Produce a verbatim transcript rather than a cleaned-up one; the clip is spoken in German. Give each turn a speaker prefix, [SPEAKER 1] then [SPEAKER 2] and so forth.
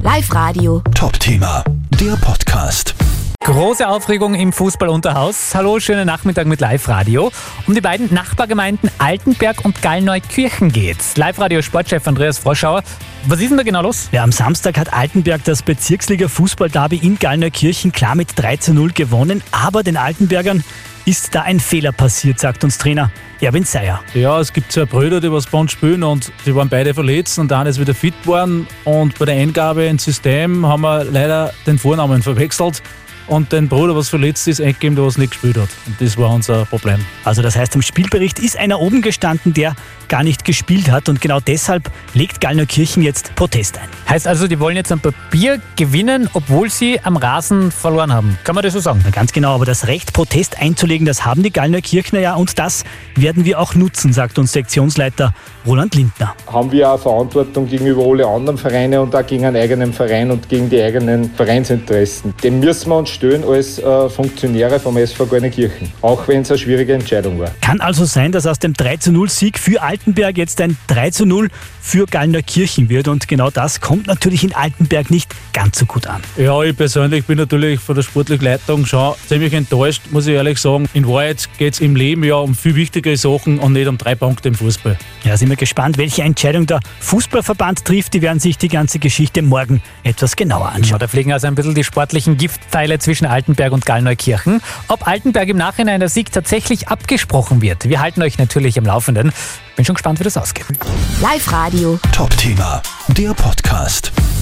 [SPEAKER 1] Live-Radio.
[SPEAKER 2] Top-Thema, der Podcast.
[SPEAKER 3] Große Aufregung im Fußballunterhaus. Hallo, schönen Nachmittag mit Live-Radio. Um die beiden Nachbargemeinden Altenberg und Gallneukirchen geht's. Live-Radio-Sportchef Andreas Froschauer. Was ist denn da genau los?
[SPEAKER 4] Ja, am Samstag hat Altenberg das Bezirksliga-Fußball-Derby in Gallneukirchen klar mit drei zu null gewonnen. Aber den Altenbergern ist da ein Fehler passiert, sagt uns Trainer Erwin Seyer.
[SPEAKER 5] Ja, es gibt zwei Brüder, die was bei uns spielen und die waren beide verletzt und der eine ist wieder fit geworden. Und bei der Eingabe ins System haben wir leider den Vornamen verwechselt und den Bruder, was verletzt ist, eingegeben, der was nicht gespielt hat. Und das war unser Problem.
[SPEAKER 4] Also das heißt, im Spielbericht ist einer oben gestanden, der gar nicht gespielt hat. Und genau deshalb legt Gallneukirchen jetzt Protest ein.
[SPEAKER 3] Heißt also, die wollen jetzt am Papier gewinnen, obwohl sie am Rasen verloren haben. Kann man das so sagen?
[SPEAKER 4] Na ganz genau, aber das Recht, Protest einzulegen, das haben die Gallneukirchner ja. Und das werden wir auch nutzen, sagt uns Sektionsleiter Roland Lindner.
[SPEAKER 6] Haben wir auch Verantwortung gegenüber alle anderen Vereine und auch gegen einen eigenen Verein und gegen die eigenen Vereinsinteressen. Dem müssen wir uns stellen als äh, Funktionäre vom S V Gallneukirchen, auch wenn es eine schwierige Entscheidung war.
[SPEAKER 4] Kann also sein, dass aus dem drei zu null Sieg für Altenberg jetzt ein drei zu null für Gallneukirchen wird. Und genau das kommt natürlich in Altenberg nicht ganz so gut an.
[SPEAKER 5] Ja, ich persönlich bin natürlich von der sportlichen Leitung schon ziemlich enttäuscht, muss ich ehrlich sagen. In Wahrheit geht es im Leben ja um viel wichtigere Sachen und nicht um drei Punkte im Fußball.
[SPEAKER 4] Ja, sind wir gespannt, welche Entscheidung der Fußballverband trifft. Die werden sich die ganze Geschichte morgen etwas genauer anschauen.
[SPEAKER 3] Ja, da fliegen also ein bisschen die sportlichen Giftpfeile zwischen Altenberg und Gallneukirchen. Ob Altenberg im Nachhinein der Sieg tatsächlich abgesprochen wird, wir halten euch natürlich am Laufenden. Bin schon gespannt, wie das ausgeht.
[SPEAKER 1] Live-Radio.
[SPEAKER 2] Top-Thema, der Podcast.